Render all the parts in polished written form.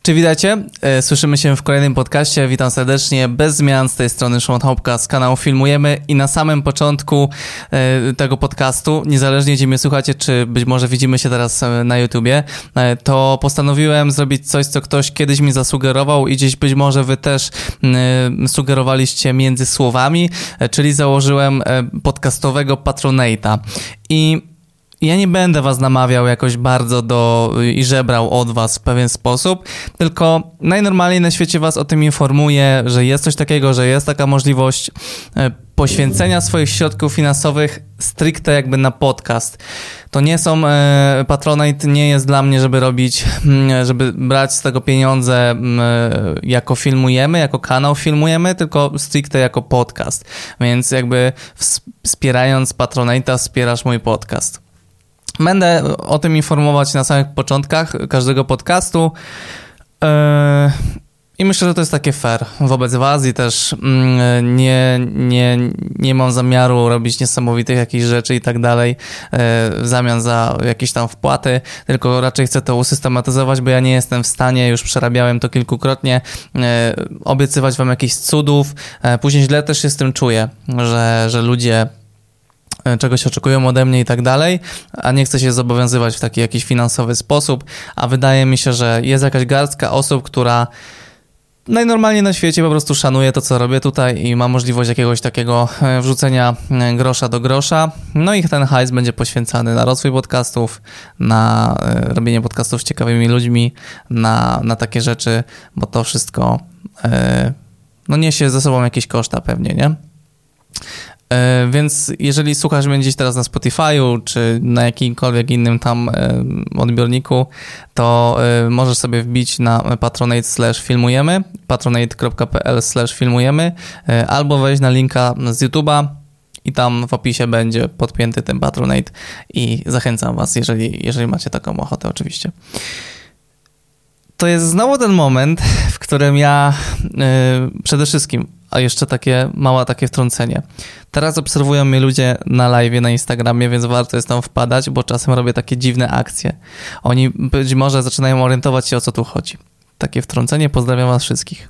Czy witajcie? Słyszymy się w kolejnym podcaście. Witam serdecznie. Bez zmian z tej strony Szymon Chałupka z kanału Filmujemy i na samym początku tego podcastu, niezależnie gdzie mnie słuchacie, czy być może widzimy się teraz na YouTubie, to postanowiłem zrobić coś, co ktoś kiedyś mi zasugerował i gdzieś być może wy też sugerowaliście między słowami, czyli założyłem podcastowego Patronate'a. I ja nie będę was namawiał jakoś bardzo i żebrał od was w pewien sposób, tylko najnormalniej na świecie was o tym informuję, że jest coś takiego, że jest taka możliwość poświęcenia swoich środków finansowych stricte jakby na podcast. To nie są, Patronite nie jest dla mnie, żeby brać z tego pieniądze jako Filmujemy, jako kanał Filmujemy, tylko stricte jako podcast. Więc jakby wspierając Patronite'a wspierasz mój podcast. Będę o tym informować na samych początkach każdego podcastu i myślę, że to jest takie fair wobec was i też nie mam zamiaru robić niesamowitych jakichś rzeczy i tak dalej w zamian za jakieś tam wpłaty, tylko raczej chcę to usystematyzować, bo ja nie jestem w stanie, już przerabiałem to kilkukrotnie, obiecywać wam jakichś cudów. Później źle też się z tym czuję, że ludzie czegoś oczekują ode mnie i tak dalej, a nie chcę się zobowiązywać w taki jakiś finansowy sposób, a wydaje mi się, że jest jakaś garstka osób, która najnormalniej na świecie po prostu szanuje to, co robię tutaj i ma możliwość jakiegoś takiego wrzucenia grosza do grosza, no i ten hajs będzie poświęcany na rozwój podcastów, na robienie podcastów z ciekawymi ludźmi, na takie rzeczy, bo to wszystko niesie ze sobą jakieś koszta pewnie, nie? Więc jeżeli słuchasz mnie gdzieś teraz na Spotify'u, czy na jakimkolwiek innym tam odbiorniku, to możesz sobie wbić na patronate/filmujemy, patronate.pl/filmujemy, albo wejść na linka z YouTube'a i tam w opisie będzie podpięty ten Patronate i zachęcam was, jeżeli macie taką ochotę oczywiście. To jest znowu ten moment, w którym ja przede wszystkim, a jeszcze takie wtrącenie. Teraz obserwują mnie ludzie na live'ie na Instagramie, więc warto jest tam wpadać, bo czasem robię takie dziwne akcje. Oni być może zaczynają orientować się, o co tu chodzi. Takie wtrącenie, pozdrawiam was wszystkich.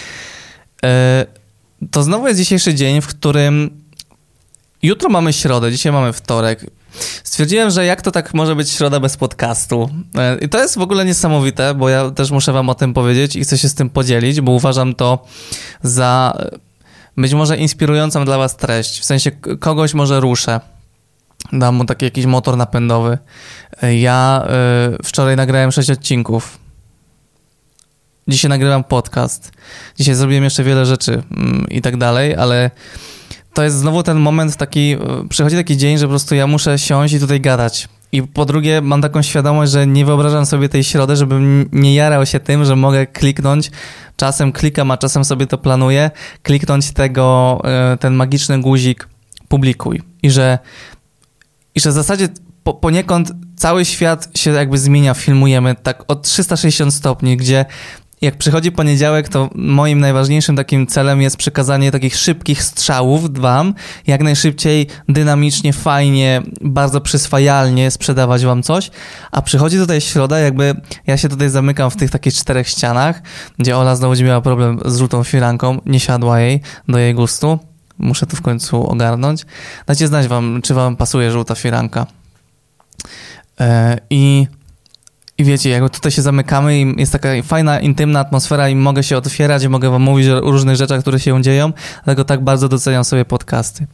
To znowu jest dzisiejszy dzień, w którym jutro mamy środę, dzisiaj mamy wtorek. Stwierdziłem, że jak to tak może być środa bez podcastu. I to jest w ogóle niesamowite, bo ja też muszę wam o tym powiedzieć i chcę się z tym podzielić, bo uważam to za być może inspirującą dla was treść. W sensie kogoś może ruszę. Dam mu taki jakiś motor napędowy. Ja wczoraj nagrałem 6 odcinków. Dzisiaj nagrywam podcast. Dzisiaj zrobiłem jeszcze wiele rzeczy i tak dalej, ale to jest znowu ten moment przychodzi taki dzień, że po prostu ja muszę siąść i tutaj gadać. I po drugie mam taką świadomość, że nie wyobrażam sobie tej środy, żebym nie jarał się tym, że mogę kliknąć, czasem klikam, a czasem sobie to planuję, kliknąć ten magiczny guzik publikuj. I że w zasadzie poniekąd cały świat się jakby zmienia, Filmujemy tak o 360 stopni, gdzie jak przychodzi poniedziałek, to moim najważniejszym takim celem jest przekazanie takich szybkich strzałów wam, jak najszybciej, dynamicznie, fajnie, bardzo przyswajalnie sprzedawać wam coś, a przychodzi tutaj środa, jakby ja się tutaj zamykam w tych takich 4 ścianach, gdzie Ola znowu będzie miała problem z żółtą firanką, nie siadła do jej gustu, muszę tu w końcu ogarnąć. Dajcie znać wam, czy wam pasuje żółta firanka. I wiecie, jakby tutaj się zamykamy i jest taka fajna, intymna atmosfera i mogę się otwierać i mogę wam mówić o różnych rzeczach, które się dzieją, dlatego tak bardzo doceniam sobie podcasty.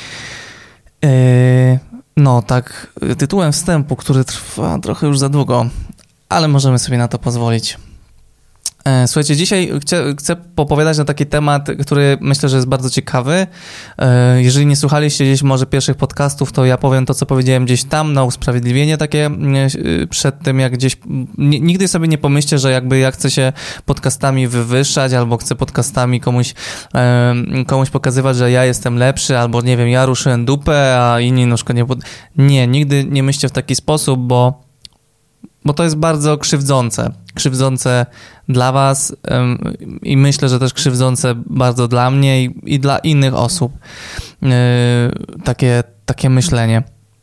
Tak tytułem wstępu, który trwa trochę już za długo, ale możemy sobie na to pozwolić. Słuchajcie, dzisiaj chcę popowiadać na taki temat, który myślę, że jest bardzo ciekawy. Jeżeli nie słuchaliście gdzieś może pierwszych podcastów, to ja powiem to, co powiedziałem gdzieś tam na usprawiedliwienie takie przed tym, jak gdzieś... Nigdy sobie nie pomyślcie, że jakby ja chcę się podcastami wywyższać albo chcę podcastami komuś pokazywać, że ja jestem lepszy albo nie wiem, ja ruszyłem dupę, a inni nóżko nie... Nie, nigdy nie myślcie w taki sposób, bo to jest bardzo krzywdzące dla was i myślę, że też krzywdzące bardzo dla mnie i dla innych osób takie myślenie.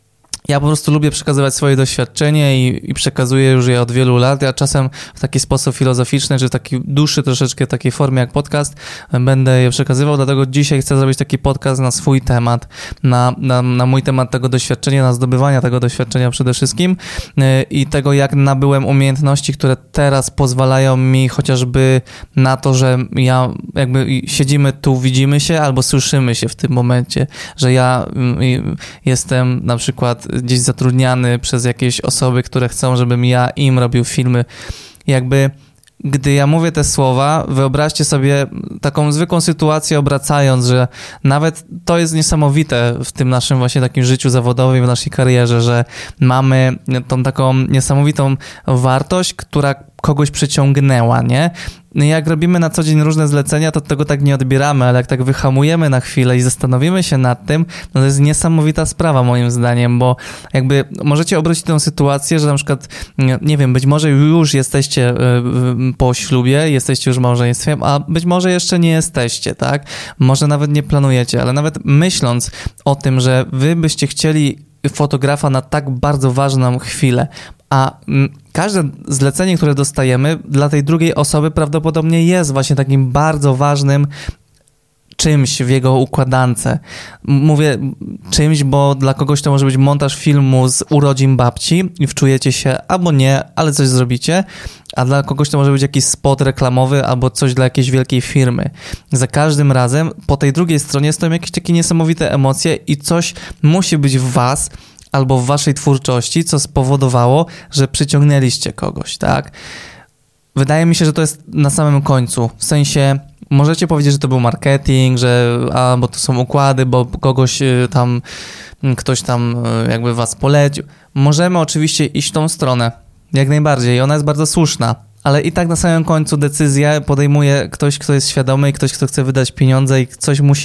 Ja po prostu lubię przekazywać swoje doświadczenie i przekazuję już je od wielu lat. Ja czasem w taki sposób filozoficzny, czy w taki dłuższy troszeczkę takiej formie jak podcast będę je przekazywał, dlatego dzisiaj chcę zrobić taki podcast na swój temat, na mój temat tego doświadczenia, na zdobywania tego doświadczenia przede wszystkim i tego, jak nabyłem umiejętności, które teraz pozwalają mi chociażby na to, że ja jakby siedzimy tu, widzimy się albo słyszymy się w tym momencie, że ja jestem na przykład gdzieś zatrudniany przez jakieś osoby, które chcą, żebym ja im robił filmy. Jakby, gdy ja mówię te słowa, wyobraźcie sobie taką zwykłą sytuację obracając, że nawet to jest niesamowite w tym naszym właśnie takim życiu zawodowym, w naszej karierze, że mamy tą taką niesamowitą wartość, która kogoś przyciągnęła, nie? Jak robimy na co dzień różne zlecenia, to tego tak nie odbieramy, ale jak tak wyhamujemy na chwilę i zastanowimy się nad tym, no to jest niesamowita sprawa moim zdaniem, bo jakby możecie obrócić tę sytuację, że na przykład, nie wiem, być może już jesteście po ślubie, jesteście już małżeństwem, a być może jeszcze nie jesteście, tak? Może nawet nie planujecie, ale nawet myśląc o tym, że wy byście chcieli fotografa na tak bardzo ważną chwilę, a każde zlecenie, które dostajemy dla tej drugiej osoby prawdopodobnie jest właśnie takim bardzo ważnym czymś w jego układance. Mówię czymś, bo dla kogoś to może być montaż filmu z urodzin babci i wczujecie się albo nie, ale coś zrobicie, a dla kogoś to może być jakiś spot reklamowy albo coś dla jakiejś wielkiej firmy. Za każdym razem po tej drugiej stronie stoją jakieś takie niesamowite emocje i coś musi być w was albo w waszej twórczości, co spowodowało, że przyciągnęliście kogoś, tak? Wydaje mi się, że to jest na samym końcu. W sensie możecie powiedzieć, że to był marketing, że bo to są układy, bo ktoś tam jakby was polecił. Możemy oczywiście iść w tą stronę, jak najbardziej. Ona jest bardzo słuszna, ale i tak na samym końcu decyzję podejmuje ktoś, kto jest świadomy i ktoś, kto chce wydać pieniądze i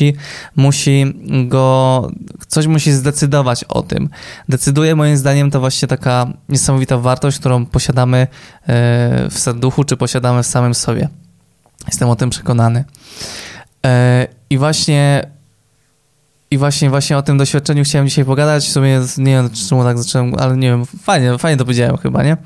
coś musi zdecydować o tym. Decyduje moim zdaniem to właśnie taka niesamowita wartość, którą posiadamy w serduchu, czy posiadamy w samym sobie. Jestem o tym przekonany. I właśnie o tym doświadczeniu chciałem dzisiaj pogadać. W sumie nie wiem, czemu tak zacząłem, ale nie wiem, fajnie to powiedziałem chyba, nie?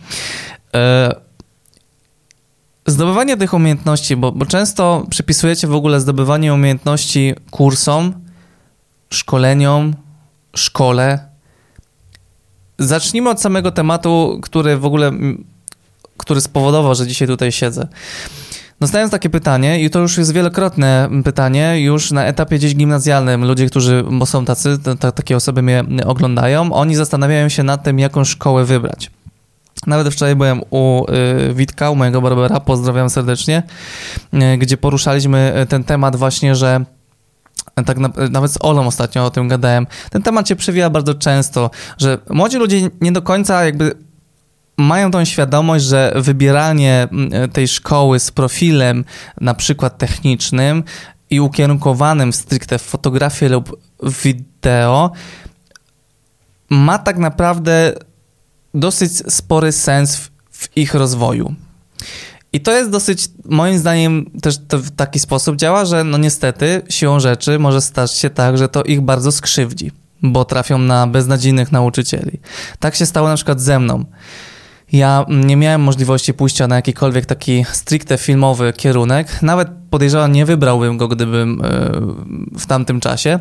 Zdobywanie tych umiejętności, bo często przypisujecie w ogóle zdobywanie umiejętności kursom, szkoleniom, szkole. Zacznijmy od samego tematu, który spowodował, że dzisiaj tutaj siedzę. Dostając takie pytanie, i to już jest wielokrotne pytanie, już na etapie gdzieś gimnazjalnym, ludzie, bo są tacy, takie osoby mnie oglądają, oni zastanawiają się nad tym, jaką szkołę wybrać. Nawet wczoraj byłem u Witka, u mojego barbera, pozdrawiam serdecznie, gdzie poruszaliśmy ten temat właśnie, że tak nawet z Olą ostatnio o tym gadałem. Ten temat się przewija bardzo często, że młodzi ludzie nie do końca jakby mają tą świadomość, że wybieranie tej szkoły z profilem na przykład technicznym i ukierunkowanym stricte w fotografię lub wideo ma tak naprawdę dosyć spory sens w ich rozwoju. I to jest dosyć, moim zdaniem, też to w taki sposób działa, że no niestety siłą rzeczy może stać się tak, że to ich bardzo skrzywdzi, bo trafią na beznadziejnych nauczycieli. Tak się stało na przykład ze mną. Ja nie miałem możliwości pójścia na jakikolwiek taki stricte filmowy kierunek. Nawet podejrzewam, nie wybrałbym go, gdybym w tamtym czasie,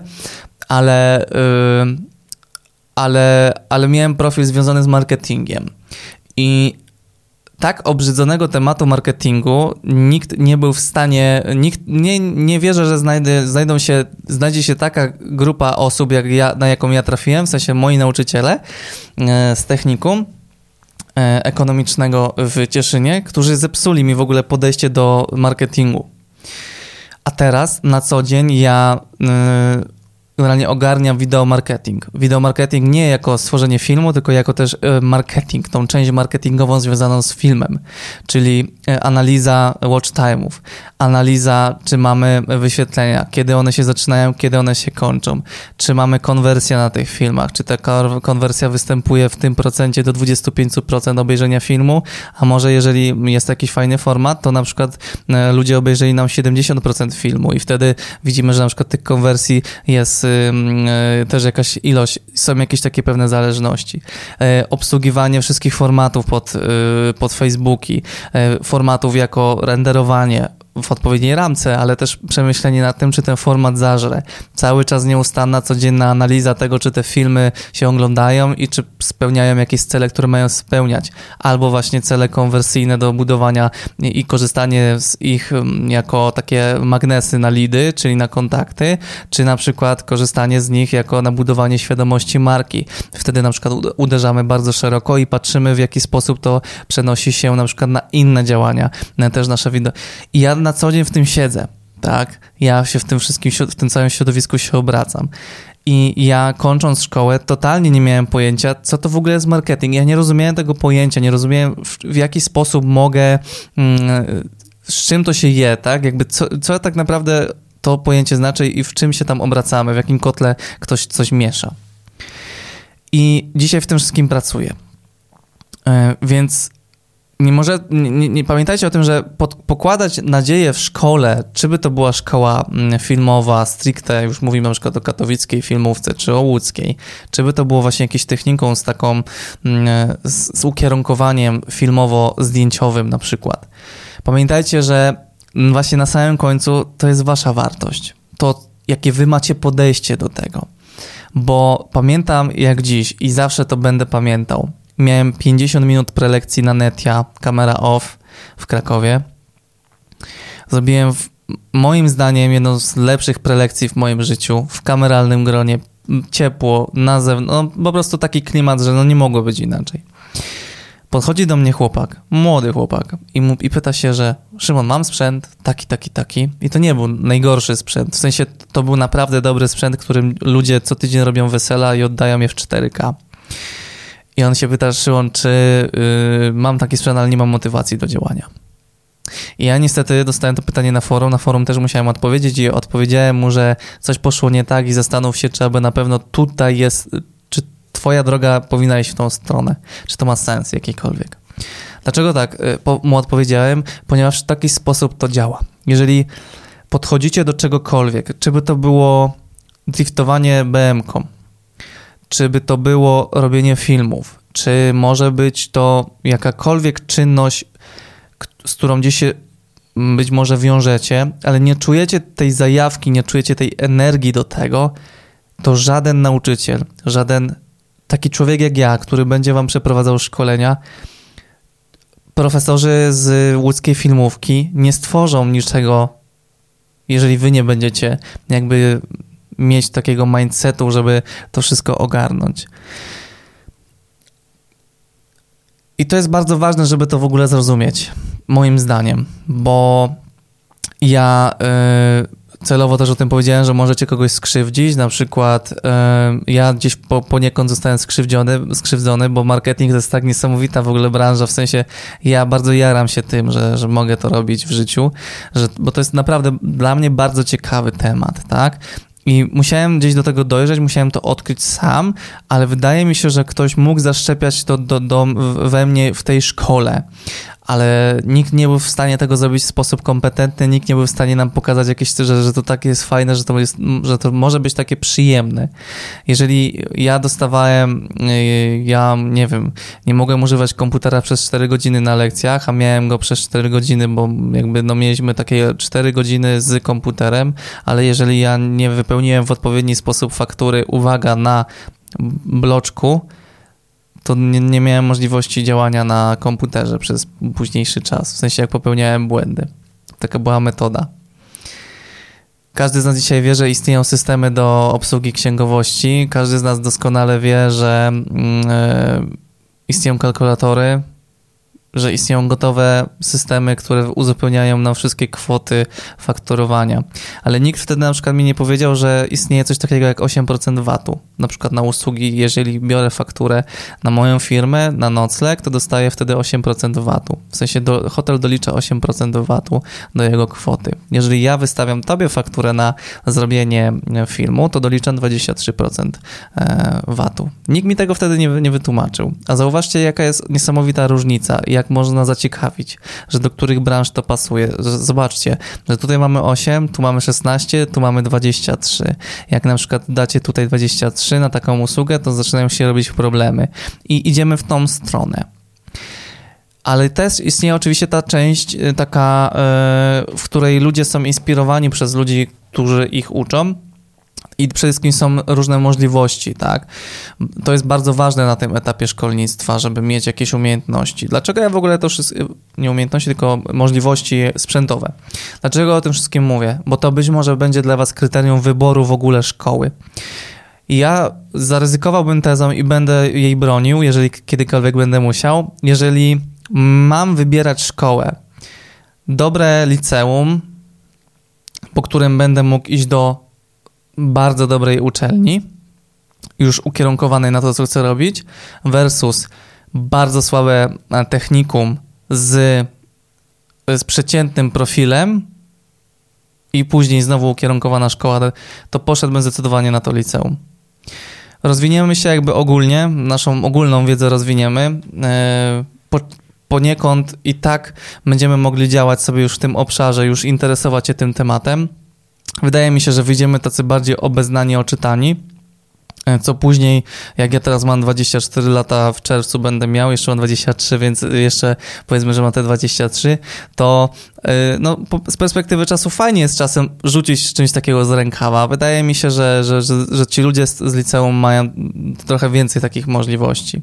ale miałem profil związany z marketingiem. I tak obrzydzonego tematu marketingu nikt nie był w stanie, nie wierzę, że znajdzie się taka grupa osób, jak ja, na jaką ja trafiłem, w sensie moi nauczyciele z technikum ekonomicznego w Cieszynie, którzy zepsuli mi w ogóle podejście do marketingu. A teraz na co dzień ja generalnie ogarniam wideomarketing. Wideomarketing nie jako stworzenie filmu, tylko jako też marketing, tą część marketingową związaną z filmem, czyli analiza watch time'ów, analiza, czy mamy wyświetlenia, kiedy one się zaczynają, kiedy one się kończą, czy mamy konwersję na tych filmach, czy ta konwersja występuje w tym procencie do 25% obejrzenia filmu, a może jeżeli jest jakiś fajny format, to na przykład ludzie obejrzeli nam 70% filmu i wtedy widzimy, że na przykład tych konwersji jest też jakaś ilość, są jakieś takie pewne zależności. Obsługiwanie wszystkich formatów pod Facebooki, formatów jako renderowanie w odpowiedniej ramce, ale też przemyślenie nad tym, czy ten format zażre. Cały czas nieustanna, codzienna analiza tego, czy te filmy się oglądają i czy spełniają jakieś cele, które mają spełniać. Albo właśnie cele konwersyjne do budowania i korzystanie z ich jako takie magnesy na lidy, czyli na kontakty, czy na przykład korzystanie z nich jako na budowanie świadomości marki. Wtedy na przykład uderzamy bardzo szeroko i patrzymy, w jaki sposób to przenosi się na przykład na inne działania, na też nasze wideo. I ja na co dzień w tym siedzę, tak? Ja się w tym wszystkim, w tym całym środowisku się obracam. I ja kończąc szkołę totalnie nie miałem pojęcia, co to w ogóle jest marketing. Ja nie rozumiałem tego pojęcia, nie rozumiałem w jaki sposób mogę, z czym to się je, tak? Jakby co tak naprawdę to pojęcie znaczy i w czym się tam obracamy, w jakim kotle ktoś coś miesza. I dzisiaj w tym wszystkim pracuję. Więc nie pamiętajcie o tym, że pokładać nadzieję w szkole, czy by to była szkoła filmowa, stricte, już mówimy na przykład o katowickiej filmówce, czy o łódzkiej, czy by to było właśnie jakieś techniką z taką, z ukierunkowaniem filmowo-zdjęciowym na przykład. Pamiętajcie, że właśnie na samym końcu to jest wasza wartość. To, jakie wy macie podejście do tego. Bo pamiętam jak dziś i zawsze to będę pamiętał. Miałem 50 minut prelekcji na Netia, kamera off w Krakowie. Zrobiłem moim zdaniem jedną z lepszych prelekcji w moim życiu, w kameralnym gronie, ciepło, na zewnątrz, no po prostu taki klimat, że no nie mogło być inaczej. Podchodzi do mnie chłopak, młody chłopak i pyta się, że Szymon, mam sprzęt taki i to nie był najgorszy sprzęt, w sensie to był naprawdę dobry sprzęt, którym ludzie co tydzień robią wesela i oddają je w 4K. I on się pyta, Szymon, czy mam taki sprzęt, ale nie mam motywacji do działania. I ja niestety dostałem to pytanie na forum też musiałem odpowiedzieć i odpowiedziałem mu, że coś poszło nie tak i zastanów się, czy aby na pewno tutaj jest, czy twoja droga powinna iść w tą stronę, czy to ma sens jakikolwiek. Dlaczego tak mu odpowiedziałem? Ponieważ w taki sposób to działa. Jeżeli podchodzicie do czegokolwiek, czy by to było driftowanie BM-ką, czy by to było robienie filmów, czy może być to jakakolwiek czynność, z którą gdzieś się być może wiążecie, ale nie czujecie tej zajawki, nie czujecie tej energii do tego, to żaden nauczyciel, żaden taki człowiek jak ja, który będzie wam przeprowadzał szkolenia, profesorzy z łódzkiej filmówki nie stworzą niczego, jeżeli wy nie będziecie jakby mieć takiego mindsetu, żeby to wszystko ogarnąć. I to jest bardzo ważne, żeby to w ogóle zrozumieć, moim zdaniem, bo ja celowo też o tym powiedziałem, że możecie kogoś skrzywdzić, na przykład ja gdzieś poniekąd zostałem skrzywdzony, bo marketing to jest tak niesamowita w ogóle branża, w sensie ja bardzo jaram się tym, że mogę to robić w życiu, bo to jest naprawdę dla mnie bardzo ciekawy temat, tak? I musiałem gdzieś do tego dojrzeć, musiałem to odkryć sam, ale wydaje mi się, że ktoś mógł zaszczepiać to we mnie w tej szkole, ale nikt nie był w stanie tego zrobić w sposób kompetentny, nikt nie był w stanie nam pokazać jakieś, że to takie jest fajne, że to może być takie przyjemne. Jeżeli ja dostawałem, nie wiem, nie mogłem używać komputera przez 4 godziny na lekcjach, a miałem go przez 4 godziny, bo jakby mieliśmy takie 4 godziny z komputerem, ale jeżeli ja nie wypełniłem w odpowiedni sposób faktury, uwaga, na bloczku, to nie miałem możliwości działania na komputerze przez późniejszy czas, w sensie jak popełniałem błędy. Taka była metoda. Każdy z nas dzisiaj wie, że istnieją systemy do obsługi księgowości. Każdy z nas doskonale wie, że istnieją kalkulatory, że istnieją gotowe systemy, które uzupełniają nam wszystkie kwoty fakturowania. Ale nikt wtedy na przykład mi nie powiedział, że istnieje coś takiego jak 8% VAT-u. Na przykład na usługi, jeżeli biorę fakturę na moją firmę, na nocleg, to dostaję wtedy 8% VAT-u. W sensie hotel dolicza 8% VAT-u do jego kwoty. Jeżeli ja wystawiam tobie fakturę na zrobienie filmu, to doliczam 23% VAT-u. Nikt mi tego wtedy nie wytłumaczył. A zauważcie, jaka jest niesamowita różnica, jak jak można zaciekawić, że do których branż to pasuje. Zobaczcie, że tutaj mamy 8, tu mamy 16, tu mamy 23. Jak na przykład dacie tutaj 23 na taką usługę, to zaczynają się robić problemy i idziemy w tą stronę. Ale też istnieje oczywiście ta część taka, w której ludzie są inspirowani przez ludzi, którzy ich uczą i przede wszystkim są różne możliwości, tak? To jest bardzo ważne na tym etapie szkolnictwa, żeby mieć jakieś umiejętności. Dlaczego ja w ogóle to wszystko, nie umiejętności, tylko możliwości sprzętowe. Dlaczego o tym wszystkim mówię? Bo to być może będzie dla was kryterium wyboru w ogóle szkoły. I ja zaryzykowałbym tezą i będę jej bronił, jeżeli kiedykolwiek będę musiał, jeżeli mam wybierać szkołę, dobre liceum, po którym będę mógł iść do bardzo dobrej uczelni, już ukierunkowanej na to, co chcę robić, versus bardzo słabe technikum z przeciętnym profilem i później znowu ukierunkowana szkoła, to poszedłbym zdecydowanie na to liceum. Rozwiniemy się jakby ogólnie, naszą ogólną wiedzę rozwiniemy, poniekąd i tak będziemy mogli działać sobie już w tym obszarze, już interesować się tym tematem. Wydaje mi się, że wyjdziemy tacy bardziej obeznani, oczytani, co później, jak ja teraz mam 24 lata, w czerwcu będę miał, jeszcze mam 23, więc jeszcze powiedzmy, że mam te 23, to no, z perspektywy czasu fajnie jest czasem rzucić czymś takiego z rękawa. Wydaje mi się, że ci ludzie z liceum mają trochę więcej takich możliwości.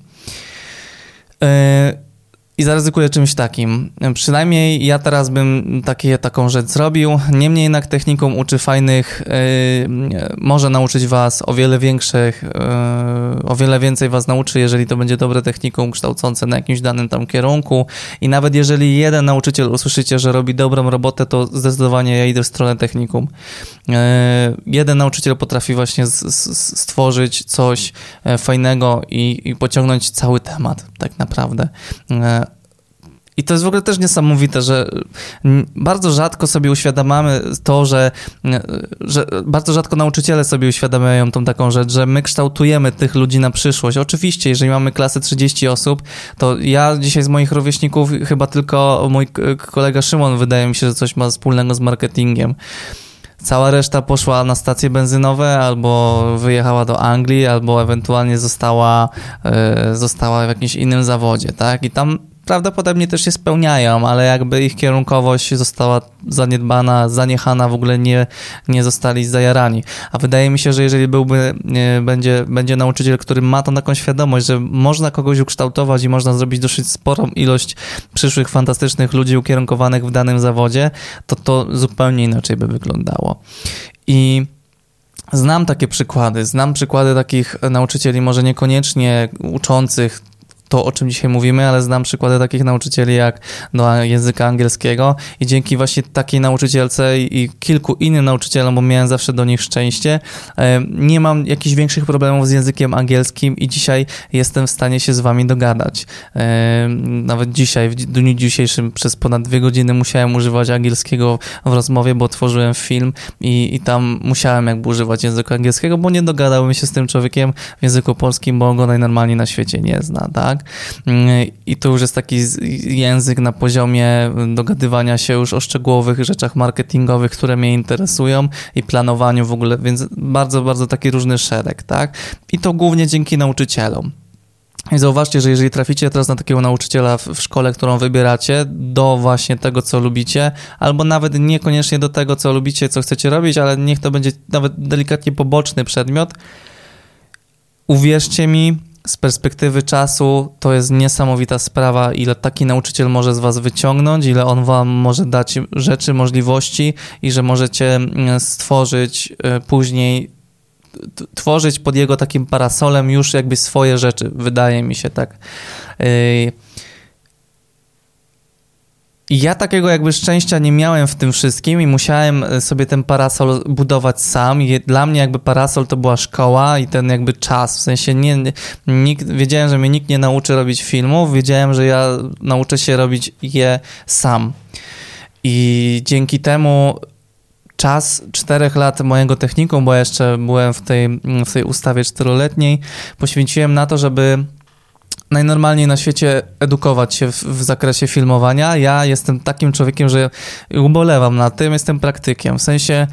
I zaryzykuję czymś takim. Przynajmniej ja teraz bym taką rzecz zrobił. Niemniej jednak technikum uczy fajnych, może nauczyć was o wiele większych, o wiele więcej was nauczy, jeżeli to będzie dobre technikum kształcące na jakimś danym tam kierunku. I nawet jeżeli jeden nauczyciel usłyszycie, że robi dobrą robotę, to zdecydowanie ja idę w stronę technikum. Jeden nauczyciel potrafi właśnie stworzyć coś fajnego i pociągnąć cały temat, tak naprawdę. I to jest w ogóle też niesamowite, że bardzo rzadko sobie uświadamiamy to, że bardzo rzadko nauczyciele sobie uświadamiają tą taką rzecz, że my kształtujemy tych ludzi na przyszłość. Oczywiście, jeżeli mamy klasę 30 osób, to ja dzisiaj z moich rówieśników chyba tylko mój kolega Szymon wydaje mi się, że coś ma wspólnego z marketingiem. Cała reszta poszła na stacje benzynowe albo wyjechała do Anglii, albo ewentualnie została w jakimś innym zawodzie, tak? I tam prawdopodobnie też się spełniają, ale jakby ich kierunkowość została zaniedbana, zaniechana, w ogóle nie zostali zajarani. A wydaje mi się, że jeżeli będzie nauczyciel, który ma tą taką świadomość, że można kogoś ukształtować i można zrobić dosyć sporą ilość przyszłych, fantastycznych ludzi ukierunkowanych w danym zawodzie, to zupełnie inaczej by wyglądało. I znam takie przykłady. Znam przykłady takich nauczycieli, może niekoniecznie uczących to, o czym dzisiaj mówimy, ale znam przykłady takich nauczycieli jak do języka angielskiego i dzięki właśnie takiej nauczycielce i kilku innym nauczycielom, bo miałem zawsze do nich szczęście, nie mam jakichś większych problemów z językiem angielskim i dzisiaj jestem w stanie się z wami dogadać. Nawet dzisiaj, w dniu dzisiejszym przez ponad 2 godziny musiałem używać angielskiego w rozmowie, bo tworzyłem film i tam musiałem jakby używać języka angielskiego, bo nie dogadałem się z tym człowiekiem w języku polskim, bo on go najnormalniej na świecie nie zna, tak? I to już jest taki język na poziomie dogadywania się już o szczegółowych rzeczach marketingowych, które mnie interesują i planowaniu w ogóle, więc bardzo, bardzo taki różny szereg, tak? I to głównie dzięki nauczycielom. I zauważcie, że jeżeli traficie teraz na takiego nauczyciela w szkole, którą wybieracie, do właśnie tego, co lubicie, albo nawet niekoniecznie do tego, co lubicie, co chcecie robić, ale niech to będzie nawet delikatnie poboczny przedmiot, uwierzcie mi, z perspektywy czasu to jest niesamowita sprawa, ile taki nauczyciel może z was wyciągnąć, ile on wam może dać rzeczy, możliwości i że możecie stworzyć później, tworzyć pod jego takim parasolem już jakby swoje rzeczy, wydaje mi się tak. I ja takiego jakby szczęścia nie miałem w tym wszystkim i musiałem sobie ten parasol budować sam. I dla mnie jakby parasol to była szkoła i ten jakby czas. W sensie wiedziałem, że mnie nikt nie nauczy robić filmów, wiedziałem, że ja nauczę się robić je sam. I dzięki temu czas 4 lat mojego technikum, bo jeszcze byłem w tej ustawie 4-letniej, poświęciłem na to, żeby najnormalniej na świecie edukować się w zakresie filmowania. Ja jestem takim człowiekiem, że ubolewam nad tym, jestem praktykiem. W sensie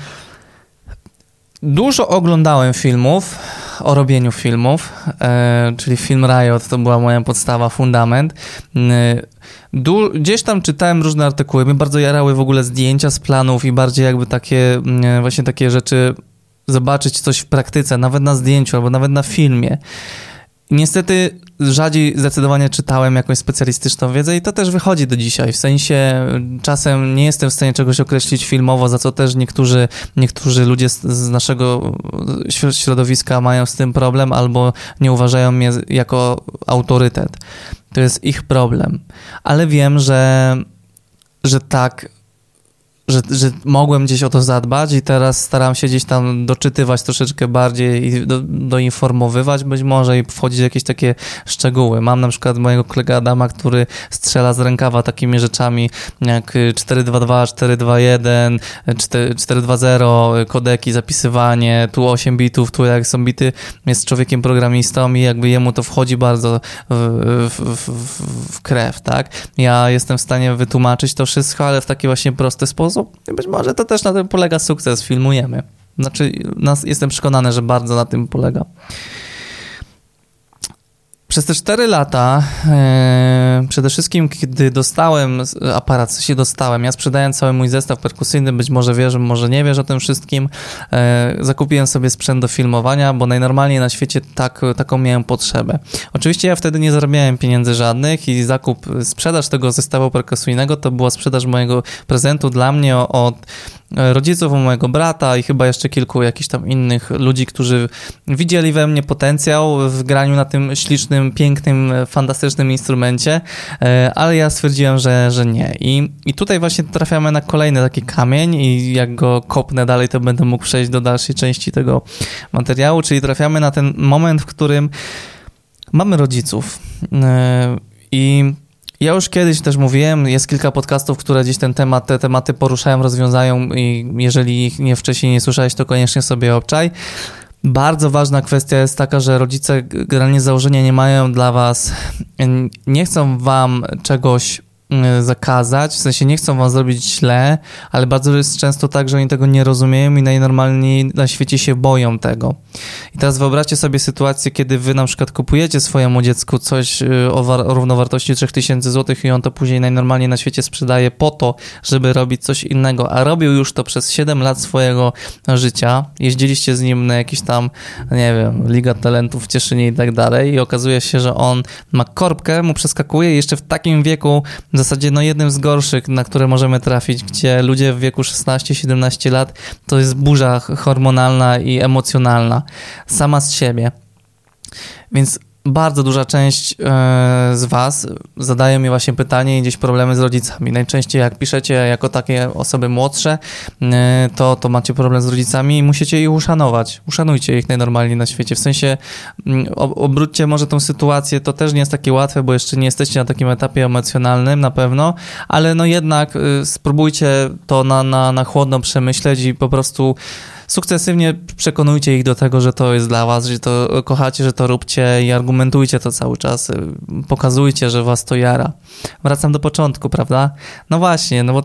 dużo oglądałem filmów o robieniu filmów, czyli film Riot to była moja podstawa, fundament. Gdzieś tam czytałem różne artykuły, mnie bardzo jarały w ogóle zdjęcia z planów i bardziej jakby takie, właśnie takie rzeczy, zobaczyć coś w praktyce, nawet na zdjęciu albo nawet na filmie. Niestety rzadziej zdecydowanie czytałem jakąś specjalistyczną wiedzę i to też wychodzi do dzisiaj. W sensie czasem nie jestem w stanie czegoś określić filmowo, za co też niektórzy ludzie z naszego środowiska mają z tym problem albo nie uważają mnie jako autorytet. To jest ich problem. Ale wiem, że tak, że mogłem gdzieś o to zadbać i teraz staram się gdzieś tam doczytywać troszeczkę bardziej i doinformowywać być może i wchodzić w jakieś takie szczegóły. Mam na przykład mojego kolegę Adama, który strzela z rękawa takimi rzeczami jak 422, 421, 420, kodeki, zapisywanie, tu 8 bitów, tu jak są bity, jest człowiekiem programistą i jakby jemu to wchodzi bardzo w krew, tak? Ja jestem w stanie wytłumaczyć to wszystko, ale w taki właśnie prosty sposób. Być może to też na tym polega sukces, filmujemy. Znaczy, jestem przekonany, że bardzo na tym polega. Przez te 4 lata, przede wszystkim kiedy dostałem aparat, ja sprzedałem cały mój zestaw perkusyjny, być może wiesz, może nie wiesz o tym wszystkim, zakupiłem sobie sprzęt do filmowania, bo najnormalniej na świecie taką miałem potrzebę. Oczywiście ja wtedy nie zarabiałem pieniędzy żadnych i sprzedaż tego zestawu perkusyjnego to była sprzedaż mojego prezentu dla mnie od rodziców, mojego brata i chyba jeszcze kilku jakichś tam innych ludzi, którzy widzieli we mnie potencjał w graniu na tym ślicznym, pięknym, fantastycznym instrumencie, ale ja stwierdziłem, że nie. I tutaj właśnie trafiamy na kolejny taki kamień i jak go kopnę dalej, to będę mógł przejść do dalszej części tego materiału, czyli trafiamy na ten moment, w którym mamy rodziców i ja już kiedyś też mówiłem, jest kilka podcastów, które gdzieś te tematy poruszają, rozwiązają i jeżeli ich wcześniej nie słyszałeś, to koniecznie sobie obczaj. Bardzo ważna kwestia jest taka, że rodzice generalnie z założenia nie mają dla was, nie chcą wam czegoś zakazać, w sensie nie chcą wam zrobić źle, ale bardzo jest często tak, że oni tego nie rozumieją i najnormalniej na świecie się boją tego. I teraz wyobraźcie sobie sytuację, kiedy wy na przykład kupujecie swojemu dziecku coś o równowartości 3000 zł i on to później najnormalniej na świecie sprzedaje po to, żeby robić coś innego, a robił już to przez 7 lat swojego życia, jeździliście z nim na jakiś tam, nie wiem, Liga Talentów w Cieszynie i tak dalej i okazuje się, że on ma korbkę, mu przeskakuje i jeszcze w takim wieku w zasadzie jednym z gorszych, na które możemy trafić, gdzie ludzie w wieku 16-17 lat to jest burza hormonalna i emocjonalna sama z siebie. Więc bardzo duża część z was zadaje mi właśnie pytanie i gdzieś problemy z rodzicami. Najczęściej jak piszecie jako takie osoby młodsze, to macie problem z rodzicami i musicie ich uszanować. Uszanujcie ich najnormalniej na świecie. W sensie obróćcie może tą sytuację. To też nie jest takie łatwe, bo jeszcze nie jesteście na takim etapie emocjonalnym na pewno, ale jednak spróbujcie to na chłodno przemyśleć i po prostu sukcesywnie przekonujcie ich do tego, że to jest dla was, że to kochacie, że to róbcie i argumentujcie to cały czas. Pokazujcie, że was to jara. Wracam do początku, prawda? No właśnie, bo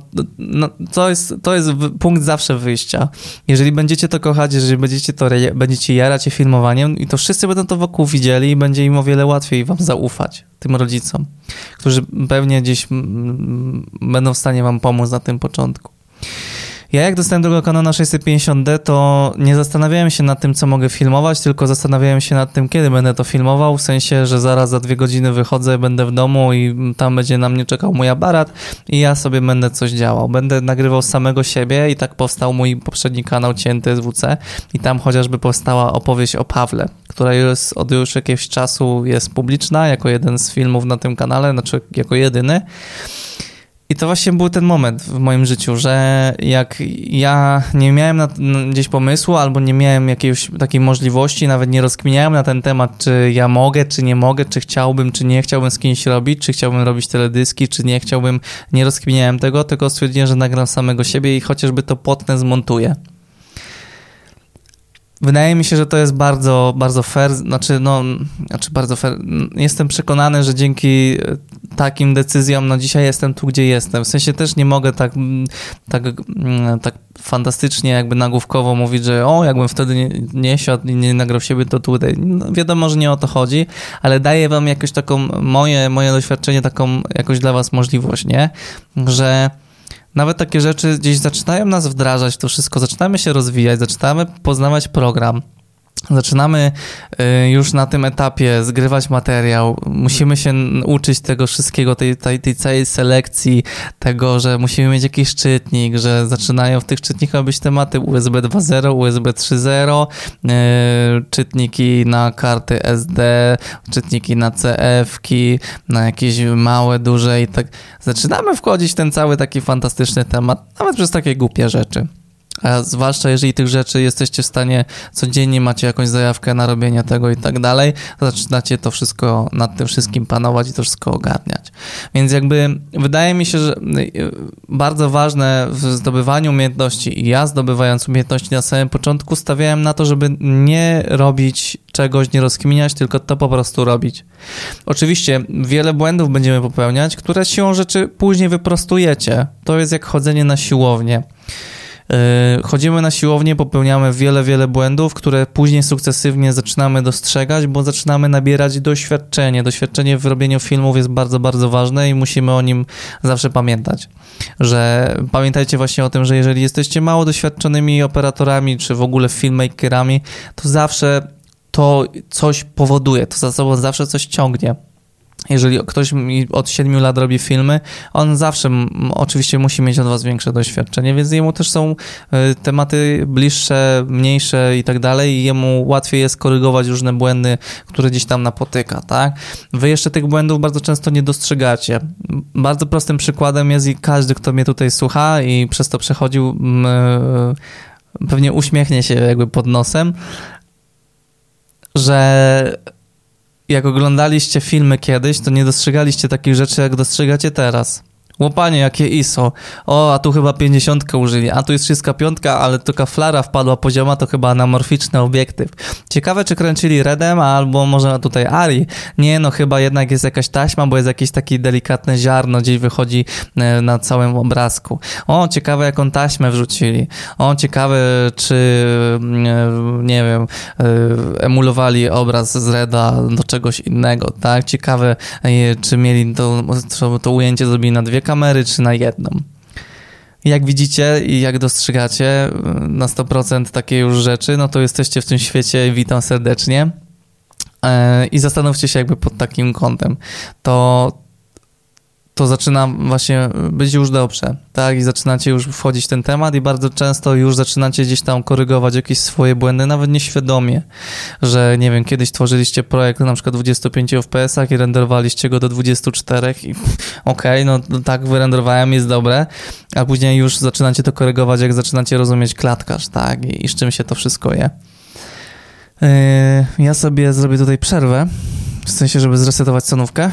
to jest punkt zawsze wyjścia. Jeżeli będziecie to kochać, jeżeli będziecie jarać się filmowaniem i to wszyscy będą to wokół widzieli i będzie im o wiele łatwiej wam zaufać, tym rodzicom, którzy pewnie gdzieś będą w stanie wam pomóc na tym początku. Ja jak dostałem tego Canona 650D, to nie zastanawiałem się nad tym, co mogę filmować, tylko zastanawiałem się nad tym, kiedy będę to filmował, w sensie, że zaraz za 2 godziny wychodzę, będę w domu i tam będzie na mnie czekał mój aparat i ja sobie będę coś działał. Będę nagrywał samego siebie i tak powstał mój poprzedni kanał Cięty SWC i tam chociażby powstała opowieść o Pawle, która od już jakiegoś czasu jest publiczna, jako jeden z filmów na tym kanale, znaczy jako jedyny. I to właśnie był ten moment w moim życiu, że jak ja nie miałem gdzieś pomysłu albo nie miałem jakiejś takiej możliwości, nawet nie rozkminiałem na ten temat, czy ja mogę, czy nie mogę, czy chciałbym, czy nie chciałbym z kimś robić, czy chciałbym robić teledyski, czy nie chciałbym, nie rozkminiałem tego, tylko stwierdziłem, że nagram samego siebie i chociażby to potnę, zmontuję. wydaje mi się, że to jest bardzo, bardzo fair, bardzo fair. Jestem przekonany, że dzięki takim decyzjom, dzisiaj jestem tu, gdzie jestem. W sensie też nie mogę tak fantastycznie jakby nagłówkowo mówić, że jakbym wtedy nie siadł i nie nagrał siebie, to tutaj. Wiadomo, że nie o to chodzi, ale daję wam jakoś taką, moje doświadczenie, taką jakoś dla was możliwość, nie? Że nawet takie rzeczy gdzieś zaczynają nas wdrażać, to wszystko, zaczynamy się rozwijać, zaczynamy poznawać program, zaczynamy już na tym etapie zgrywać materiał, musimy się uczyć tego wszystkiego, tej całej selekcji, tego, że musimy mieć jakiś czytnik, że zaczynają w tych czytnikach być tematy USB 2.0, USB 3.0, czytniki na karty SD, czytniki na CF-ki, na jakieś małe, duże i tak. Zaczynamy wchodzić w ten cały taki fantastyczny temat, nawet przez takie głupie rzeczy. A zwłaszcza jeżeli tych rzeczy jesteście w stanie codziennie, macie jakąś zajawkę na robienie tego i tak dalej, to zaczynacie to wszystko nad tym wszystkim panować i to wszystko ogarniać. Więc jakby wydaje mi się, że bardzo ważne w zdobywaniu umiejętności i ja zdobywając umiejętności na samym początku stawiałem na to, żeby nie robić czegoś, nie rozkminiać, tylko to po prostu robić. Oczywiście wiele błędów będziemy popełniać, które siłą rzeczy później wyprostujecie. To jest jak chodzenie na siłownię. Chodzimy na siłownię, popełniamy wiele błędów, które później sukcesywnie zaczynamy dostrzegać, bo zaczynamy nabierać doświadczenie. Doświadczenie w robieniu filmów jest bardzo, bardzo ważne i musimy o nim zawsze pamiętać. Że pamiętajcie właśnie o tym, że jeżeli jesteście mało doświadczonymi operatorami, czy w ogóle filmmakerami, to zawsze to coś powoduje, to za sobą zawsze coś ciągnie. Jeżeli ktoś od 7 lat robi filmy, on zawsze oczywiście musi mieć od was większe doświadczenie, więc jemu też są tematy bliższe, mniejsze i tak dalej i jemu łatwiej jest korygować różne błędy, które gdzieś tam napotyka, tak? Wy jeszcze tych błędów bardzo często nie dostrzegacie. Bardzo prostym przykładem jest i każdy, kto mnie tutaj słucha i przez to przechodził, pewnie uśmiechnie się jakby pod nosem, że jak oglądaliście filmy kiedyś, to nie dostrzegaliście takich rzeczy, jak dostrzegacie teraz. Łopanie, jakie ISO. A tu chyba 50 użyli, a tu jest 35, ale tylko flara wpadła pozioma, to chyba anamorficzny obiektyw. Ciekawe, czy kręcili REDem, albo może tutaj ARRI. Nie, chyba jednak jest jakaś taśma, bo jest jakieś takie delikatne ziarno, gdzieś wychodzi na całym obrazku. Ciekawe, jaką taśmę wrzucili. Ciekawe, czy nie wiem, emulowali obraz z REDa do czegoś innego, tak? Ciekawe, czy mieli to ujęcie zrobili na 2 kamery, czy na jedną. Jak widzicie i jak dostrzegacie na 100% takie już rzeczy, to jesteście w tym świecie, witam serdecznie i zastanówcie się jakby pod takim kątem. To zaczyna właśnie być już dobrze, tak? I zaczynacie już wchodzić w ten temat i bardzo często już zaczynacie gdzieś tam korygować jakieś swoje błędy, nawet nieświadomie, że nie wiem, kiedyś tworzyliście projekt na przykład 25 fps i renderowaliście go do 24 i tak wyrenderowałem, jest dobre, a później już zaczynacie to korygować, jak zaczynacie rozumieć klatkarz, tak? I z czym się to wszystko je. Ja sobie zrobię tutaj przerwę, w sensie, żeby zresetować cenówkę.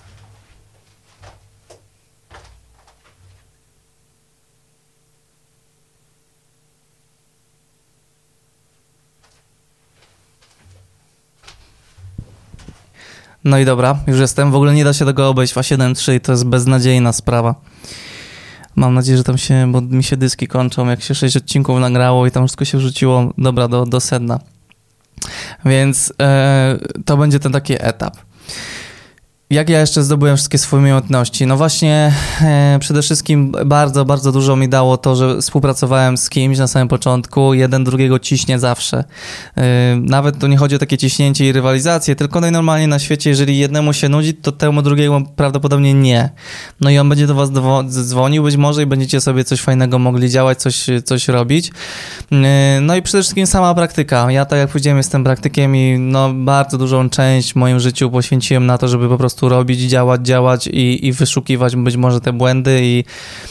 No i dobra, już jestem. W ogóle nie da się tego obejść w A7 III, to jest beznadziejna sprawa. Mam nadzieję, że tam bo mi się dyski kończą, jak się 6 odcinków nagrało i tam wszystko się wrzuciło, dobra, do sedna. Więc to będzie ten taki etap. Jak ja jeszcze zdobyłem wszystkie swoje umiejętności? Właśnie przede wszystkim bardzo, bardzo dużo mi dało to, że współpracowałem z kimś na samym początku, jeden drugiego ciśnie zawsze. Nawet tu nie chodzi o takie ciśnięcie i rywalizację, tylko najnormalniej na świecie, jeżeli jednemu się nudzi, to temu drugiemu prawdopodobnie nie. I on będzie do was dzwonił być może i będziecie sobie coś fajnego mogli działać, coś robić. I przede wszystkim sama praktyka. Ja, tak jak powiedziałem, jestem praktykiem i bardzo dużą część w moim życiu poświęciłem na to, żeby po prostu robić, działać i wyszukiwać być może te błędy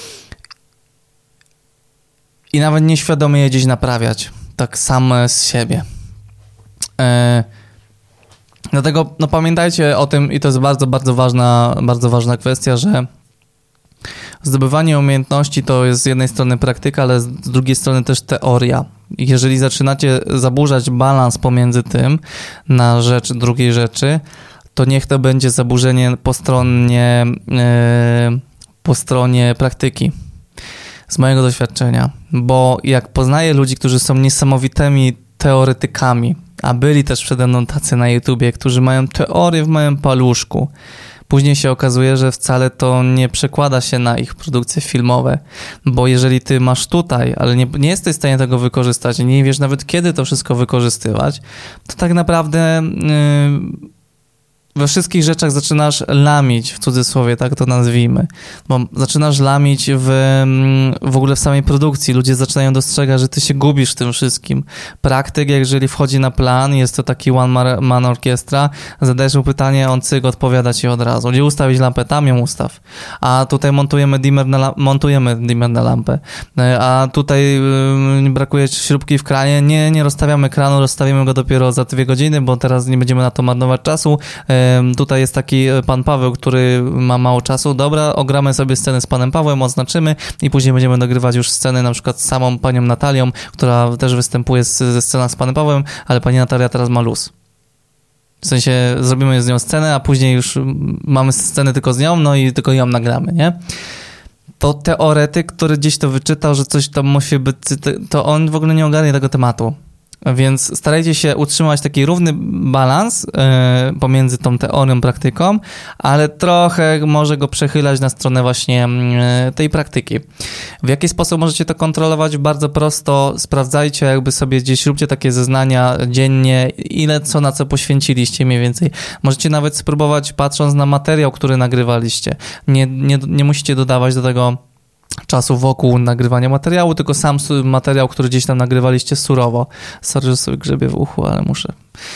i nawet nieświadomie je gdzieś naprawiać, tak sam z siebie. Dlatego pamiętajcie o tym i to jest bardzo, bardzo ważna kwestia, że Zdobywanie umiejętności to jest z jednej strony praktyka, ale z drugiej strony też teoria. Jeżeli zaczynacie zaburzać balans pomiędzy tym na rzecz drugiej rzeczy, to niech to będzie zaburzenie po stronie praktyki. Z mojego doświadczenia. Bo jak poznaję ludzi, którzy są niesamowitymi teoretykami, a byli też przede mną tacy na YouTubie, którzy mają teorię w małym paluszku, później się okazuje, że wcale to nie przekłada się na ich produkcje filmowe, bo jeżeli ty masz tutaj, ale nie jesteś w stanie tego wykorzystać, nie wiesz nawet kiedy to wszystko wykorzystywać, to tak naprawdę we wszystkich rzeczach zaczynasz lamić, w cudzysłowie, tak to nazwijmy, bo zaczynasz lamić w ogóle w samej produkcji. Ludzie zaczynają dostrzegać, że ty się gubisz w tym wszystkim. Praktyk, jeżeli wchodzi na plan, jest to taki one man orkiestra, zadajesz mu pytanie, on odpowiada ci od razu. Gdzie ustawić lampę? Tam ją ustaw. A tutaj montujemy dimmer na lampę. A tutaj brakuje śrubki w kranie. Nie rozstawiamy kranu, rozstawimy go dopiero za 2 godziny, bo teraz nie będziemy na to marnować czasu. Tutaj jest taki pan Paweł, który ma mało czasu. Dobra, ogramy sobie scenę z panem Pawłem, oznaczymy i później będziemy nagrywać już sceny na przykład z samą panią Natalią, która też występuje ze scena z panem Pawłem, ale pani Natalia teraz ma luz. W sensie zrobimy z nią scenę, a później już mamy scenę tylko z nią, no i tylko ją nagramy, nie? To teoretyk, który gdzieś to wyczytał, że coś tam musi być, to on w ogóle nie ogarnie tego tematu. Więc starajcie się utrzymać taki równy balans pomiędzy tą teorią, praktyką, ale trochę może go przechylać na stronę właśnie tej praktyki. W jaki sposób możecie to kontrolować? Bardzo prosto, sprawdzajcie, jakby sobie gdzieś, róbcie takie zeznania dziennie, ile co na co poświęciliście mniej więcej. Możecie nawet spróbować, patrząc na materiał, który nagrywaliście. Nie musicie dodawać do tego czasu wokół nagrywania materiału, tylko sam materiał, który gdzieś tam nagrywaliście surowo. Sorry, że sobie grzebię w uchu, ale muszę.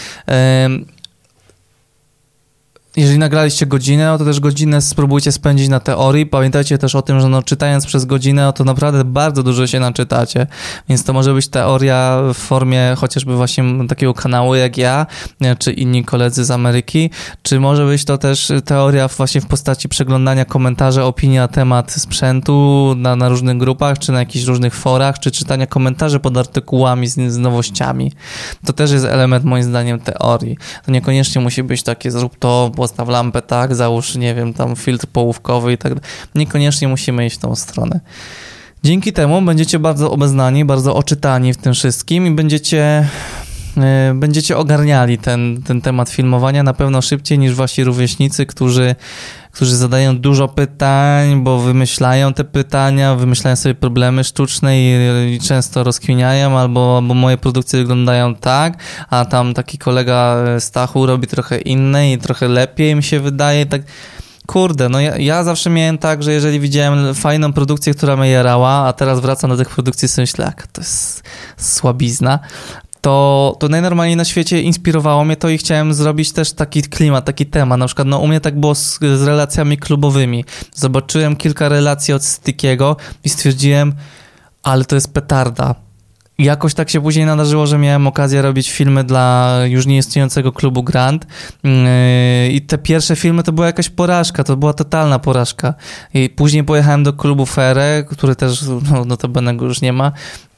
Jeżeli nagraliście godzinę, no to też godzinę spróbujcie spędzić na teorii. Pamiętajcie też o tym, że no, czytając przez godzinę, no to naprawdę bardzo dużo się naczytacie, więc to może być teoria w formie chociażby właśnie takiego kanału jak ja, czy inni koledzy z Ameryki, czy może być to też teoria właśnie w postaci przeglądania komentarzy, opinii na temat sprzętu na różnych grupach, czy na jakichś różnych forach, czy czytania komentarzy pod artykułami z nowościami. To też jest element moim zdaniem teorii. To niekoniecznie musi być takie zrób to, postaw lampę, tak, załóż, nie wiem, tam filtr połówkowy i tak dalej. Niekoniecznie musimy iść w tą stronę. Dzięki temu będziecie bardzo obeznani, bardzo oczytani w tym wszystkim i będziecie ogarniali ten temat filmowania na pewno szybciej niż wasi rówieśnicy, którzy zadają dużo pytań, bo wymyślają te pytania, wymyślają sobie problemy sztuczne i często rozkminiają, albo moje produkcje wyglądają tak, a tam taki kolega Stachu robi trochę inne i trochę lepiej mi się wydaje. Tak. Kurde, no ja zawsze miałem tak, że jeżeli widziałem fajną produkcję, która mnie jarała, a teraz wracam do tych produkcji i sobie myślę, jak to jest słabizna, to najnormalniej na świecie inspirowało mnie to i chciałem zrobić też taki klimat, taki temat. Na przykład u mnie tak było z relacjami klubowymi. Zobaczyłem kilka relacji od Stickiego i stwierdziłem, ale to jest petarda. I jakoś tak się później nadarzyło, że miałem okazję robić filmy dla już nieistniejącego klubu Grand i te pierwsze filmy to była jakaś porażka, to była totalna porażka. I później pojechałem do klubu Fere, który też notabene go już nie ma.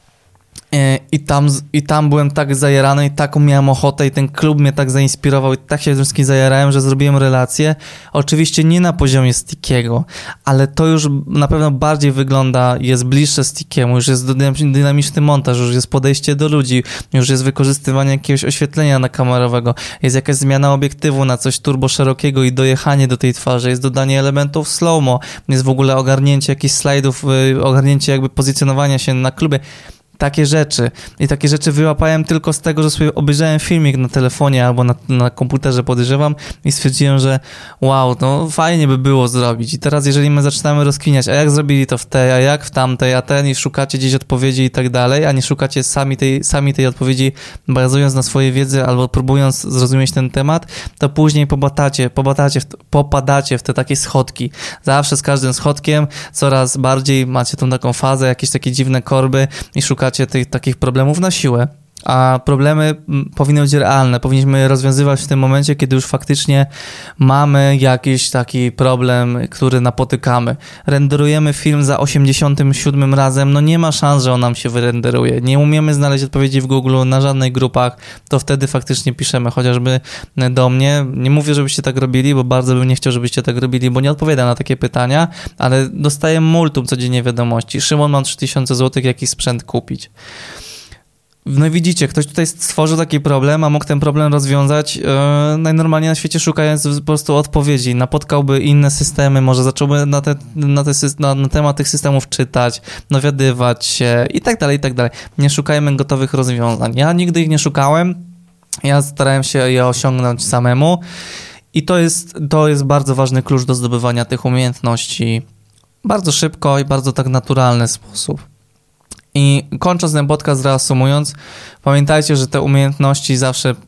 I tam byłem tak zajarany i taką miałem ochotę i ten klub mnie tak zainspirował i tak się wszystkim zajarałem, że zrobiłem relację. Oczywiście nie na poziomie Stickiego, ale to już na pewno bardziej wygląda, jest bliższe Stickiemu, już jest dynamiczny montaż, już jest podejście do ludzi, już jest wykorzystywanie jakiegoś oświetlenia nakamerowego, jest jakaś zmiana obiektywu na coś turbo szerokiego i dojechanie do tej twarzy, jest dodanie elementów slow-mo, jest w ogóle ogarnięcie jakichś slajdów, ogarnięcie jakby pozycjonowania się na klubie. Takie rzeczy. I takie rzeczy wyłapałem tylko z tego, że sobie obejrzałem filmik na telefonie albo na komputerze, podejrzewam, i stwierdziłem, że wow, no fajnie by było zrobić. I teraz jeżeli my zaczynamy rozkminiać, a jak zrobili to w tej, a jak w tamtej, a ten, i szukacie gdzieś odpowiedzi i tak dalej, a nie szukacie sami tej odpowiedzi, bazując na swojej wiedzy albo próbując zrozumieć ten temat, to później popadacie w te takie schodki. Zawsze z każdym schodkiem coraz bardziej macie tą taką fazę, jakieś takie dziwne korby i szukacie tych takich problemów na siłę. a problemy powinny być realne. Powinniśmy je rozwiązywać w tym momencie, kiedy już faktycznie mamy jakiś taki problem, który napotykamy. Renderujemy film za 87 razem, no nie ma szans, że on nam się wyrenderuje. Nie umiemy znaleźć odpowiedzi w Google na żadnych grupach, to wtedy faktycznie piszemy, chociażby do mnie. Nie mówię, żebyście tak robili, bo bardzo bym nie chciał, żebyście tak robili, bo nie odpowiadam na takie pytania, ale dostaję multum codziennie wiadomości. Szymon, mam 3000 zł, jaki sprzęt kupić? No i widzicie, ktoś tutaj stworzył taki problem, a mógł ten problem rozwiązać najnormalniej na świecie, szukając po prostu odpowiedzi. Napotkałby inne systemy, może zacząłby na temat tych systemów czytać, dowiadywać się i tak dalej, i tak dalej. Nie szukajmy gotowych rozwiązań. Ja nigdy ich nie szukałem, ja starałem się je osiągnąć samemu i to jest bardzo ważny klucz do zdobywania tych umiejętności bardzo szybko i bardzo tak naturalny sposób. I kończąc ten podcast, reasumując, pamiętajcie, że te umiejętności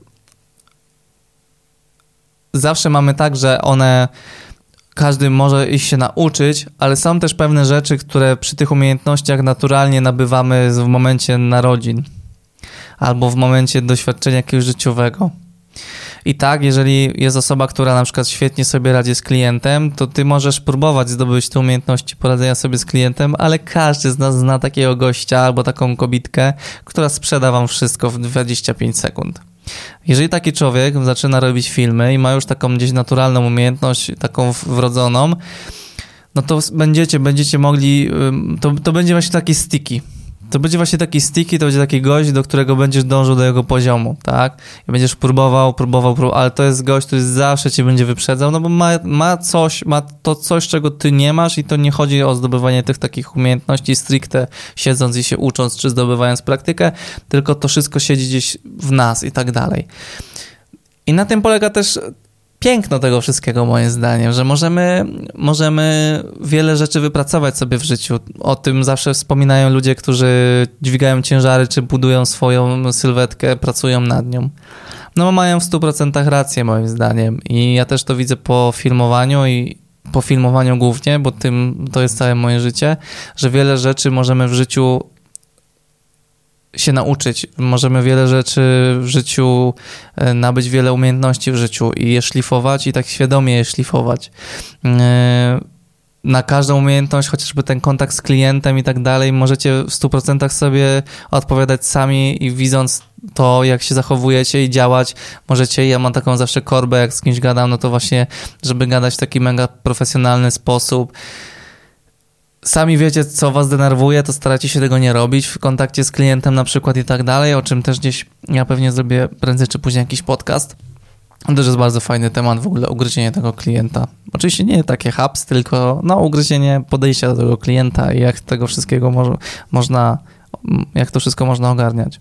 zawsze mamy tak, że każdy może ich się nauczyć, ale są też pewne rzeczy, które przy tych umiejętnościach naturalnie nabywamy w momencie narodzin albo w momencie doświadczenia jakiegoś życiowego. I tak, jeżeli jest osoba, która na przykład świetnie sobie radzi z klientem, to ty możesz próbować zdobyć te umiejętności poradzenia sobie z klientem, ale każdy z nas zna takiego gościa albo taką kobitkę, która sprzeda wam wszystko w 25 sekund. Jeżeli taki człowiek zaczyna robić filmy i ma już taką gdzieś naturalną umiejętność, taką wrodzoną, no to będziecie mogli, to będzie właśnie taki sticky. To będzie właśnie taki sticky, to będzie taki gość, do którego będziesz dążył do jego poziomu, tak? I będziesz próbował, ale to jest gość, który zawsze cię będzie wyprzedzał, no bo ma to coś, czego ty nie masz i to nie chodzi o zdobywanie tych takich umiejętności stricte siedząc i się ucząc, czy zdobywając praktykę, tylko to wszystko siedzi gdzieś w nas i tak dalej. I na tym polega też piękno tego wszystkiego, moim zdaniem, że możemy wiele rzeczy wypracować sobie w życiu. O tym zawsze wspominają ludzie, którzy dźwigają ciężary, czy budują swoją sylwetkę, pracują nad nią. No mają w 100% rację, moim zdaniem. I ja też to widzę po filmowaniu i po filmowaniu głównie, bo to jest całe moje życie, że wiele rzeczy możemy w życiu się nauczyć. Możemy wiele rzeczy w życiu nabyć, wiele umiejętności w życiu i je szlifować i tak świadomie je szlifować. Na każdą umiejętność, chociażby ten kontakt z klientem i tak dalej, możecie w 100% sobie odpowiadać sami i widząc to, jak się zachowujecie i działać, ja mam taką zawsze korbę, jak z kimś gadam, no to właśnie, żeby gadać w taki mega profesjonalny sposób. Sami wiecie, co was denerwuje, to staracie się tego nie robić w kontakcie z klientem na przykład i tak dalej, o czym też gdzieś ja pewnie zrobię prędzej czy później jakiś podcast. To też jest bardzo fajny temat w ogóle, ugryzienie tego klienta. Oczywiście nie takie haps, tylko ugryzienie podejścia do tego klienta i jak tego wszystkiego jak to wszystko można ogarniać.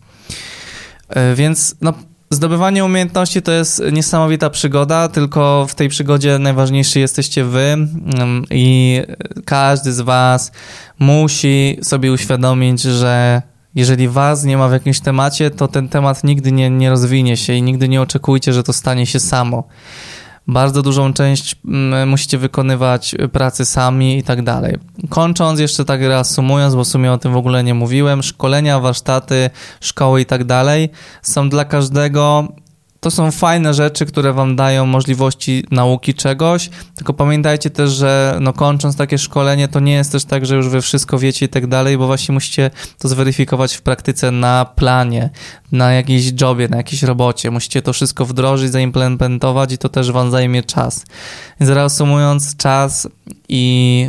Więc zdobywanie umiejętności to jest niesamowita przygoda, tylko w tej przygodzie najważniejsi jesteście wy i każdy z was musi sobie uświadomić, że jeżeli was nie ma w jakimś temacie, to ten temat nigdy nie rozwinie się i nigdy nie oczekujcie, że to stanie się samo. Bardzo dużą część musicie wykonywać pracy sami i tak dalej. Kończąc, jeszcze tak reasumując, bo w sumie o tym w ogóle nie mówiłem, szkolenia, warsztaty, szkoły i tak dalej są dla każdego. To są fajne rzeczy, które wam dają możliwości nauki czegoś, tylko pamiętajcie też, że kończąc takie szkolenie, to nie jest też tak, że już wy wszystko wiecie i tak dalej, bo właśnie musicie to zweryfikować w praktyce na planie, na jakiejś jobie, na jakiejś robocie. Musicie to wszystko wdrożyć, zaimplementować i to też wam zajmie czas. Więc reasumując, czas i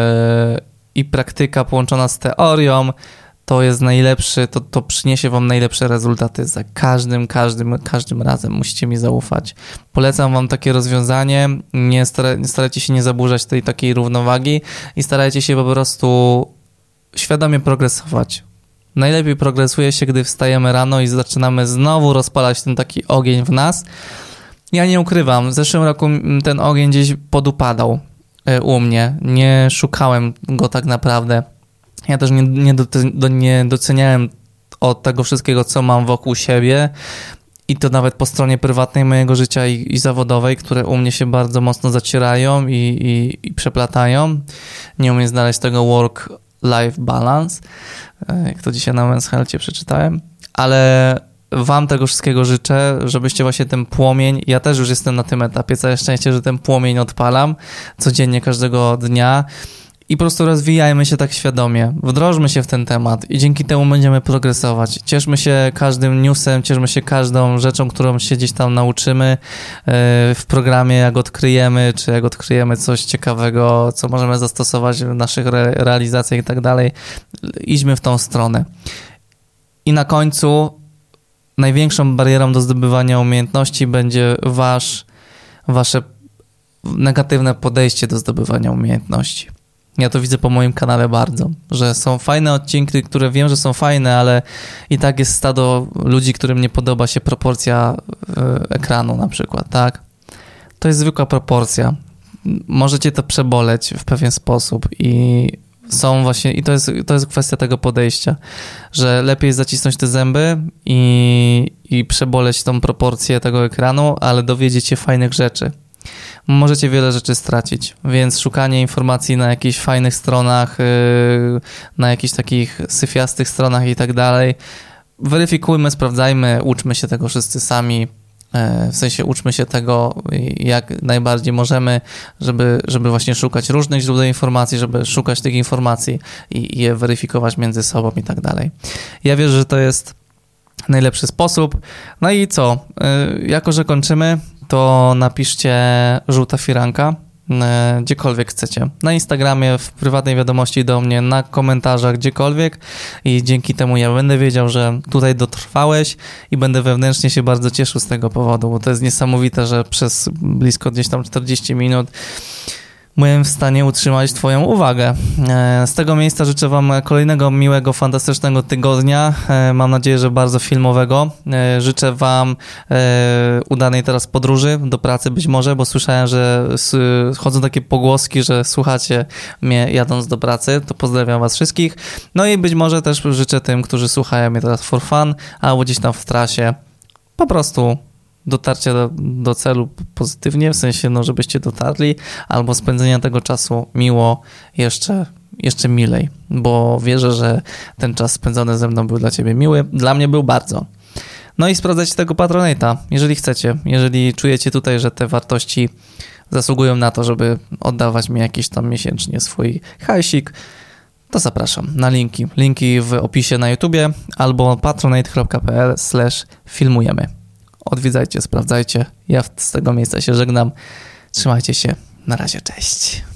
praktyka połączona z teorią to jest najlepszy, to przyniesie wam najlepsze rezultaty za każdym razem. Musicie mi zaufać. Polecam wam takie rozwiązanie. Starajcie się nie zaburzać tej takiej równowagi i starajcie się po prostu świadomie progresować. Najlepiej progresuje się, gdy wstajemy rano i zaczynamy znowu rozpalać ten taki ogień w nas. Ja nie ukrywam, w zeszłym roku ten ogień gdzieś podupadał u mnie. Nie szukałem go tak naprawdę. Ja też nie doceniałem od tego wszystkiego, co mam wokół siebie i to nawet po stronie prywatnej mojego życia i zawodowej, które u mnie się bardzo mocno zacierają i przeplatają. Nie umiem znaleźć tego work-life balance, jak to dzisiaj na Men's Healthie przeczytałem, ale wam tego wszystkiego życzę, żebyście właśnie ten płomień, ja też już jestem na tym etapie, całe szczęście, że ten płomień odpalam codziennie, każdego dnia i po prostu rozwijajmy się tak świadomie, wdrożmy się w ten temat i dzięki temu będziemy progresować. Cieszmy się każdym newsem, cieszmy się każdą rzeczą, którą się gdzieś tam nauczymy w programie, jak odkryjemy, czy jak odkryjemy coś ciekawego, co możemy zastosować w naszych realizacjach i tak dalej. Idźmy w tą stronę. I na końcu największą barierą do zdobywania umiejętności będzie wasze negatywne podejście do zdobywania umiejętności. Ja to widzę po moim kanale bardzo, że są fajne odcinki, które wiem, że są fajne, ale i tak jest stado ludzi, którym nie podoba się proporcja ekranu na przykład, tak? To jest zwykła proporcja. Możecie to przeboleć w pewien sposób i są właśnie, i to jest kwestia tego podejścia, że lepiej zacisnąć te zęby i przeboleć tą proporcję tego ekranu, ale dowiedzieć się fajnych rzeczy. Możecie wiele rzeczy stracić, więc szukanie informacji na jakichś fajnych stronach, na jakichś takich syfiastych stronach i tak dalej, weryfikujmy, sprawdzajmy, uczmy się tego wszyscy sami, w sensie uczmy się tego jak najbardziej możemy, żeby właśnie szukać różnych źródeł informacji, żeby szukać tych informacji i je weryfikować między sobą i tak dalej. Ja wierzę, że to jest najlepszy sposób. No i co? Jako że kończymy, to napiszcie żółta firanka, gdziekolwiek chcecie. Na Instagramie, w prywatnej wiadomości do mnie, na komentarzach, gdziekolwiek i dzięki temu ja będę wiedział, że tutaj dotrwałeś i będę wewnętrznie się bardzo cieszył z tego powodu, bo to jest niesamowite, że przez blisko gdzieś tam 40 minut byłem w stanie utrzymać twoją uwagę. Z tego miejsca życzę wam kolejnego miłego, fantastycznego tygodnia. Mam nadzieję, że bardzo filmowego. Życzę wam udanej teraz podróży do pracy być może, bo słyszałem, że chodzą takie pogłoski, że słuchacie mnie jadąc do pracy. To pozdrawiam was wszystkich. No i być może też życzę tym, którzy słuchają mnie teraz for fun, albo gdzieś tam w trasie. Po prostu dotarcia do celu pozytywnie, w sensie, no, żebyście dotarli, albo spędzenia tego czasu miło, jeszcze milej, bo wierzę, że ten czas spędzony ze mną był dla ciebie miły, dla mnie był bardzo. No i sprawdzajcie tego Patronite'a, jeżeli chcecie, jeżeli czujecie tutaj, że te wartości zasługują na to, żeby oddawać mi jakiś tam miesięcznie swój hajsik, to zapraszam na linki w opisie na YouTubie albo patronite.pl/filmujemy. Odwiedzajcie, sprawdzajcie. Ja z tego miejsca się żegnam. Trzymajcie się. Na razie, cześć.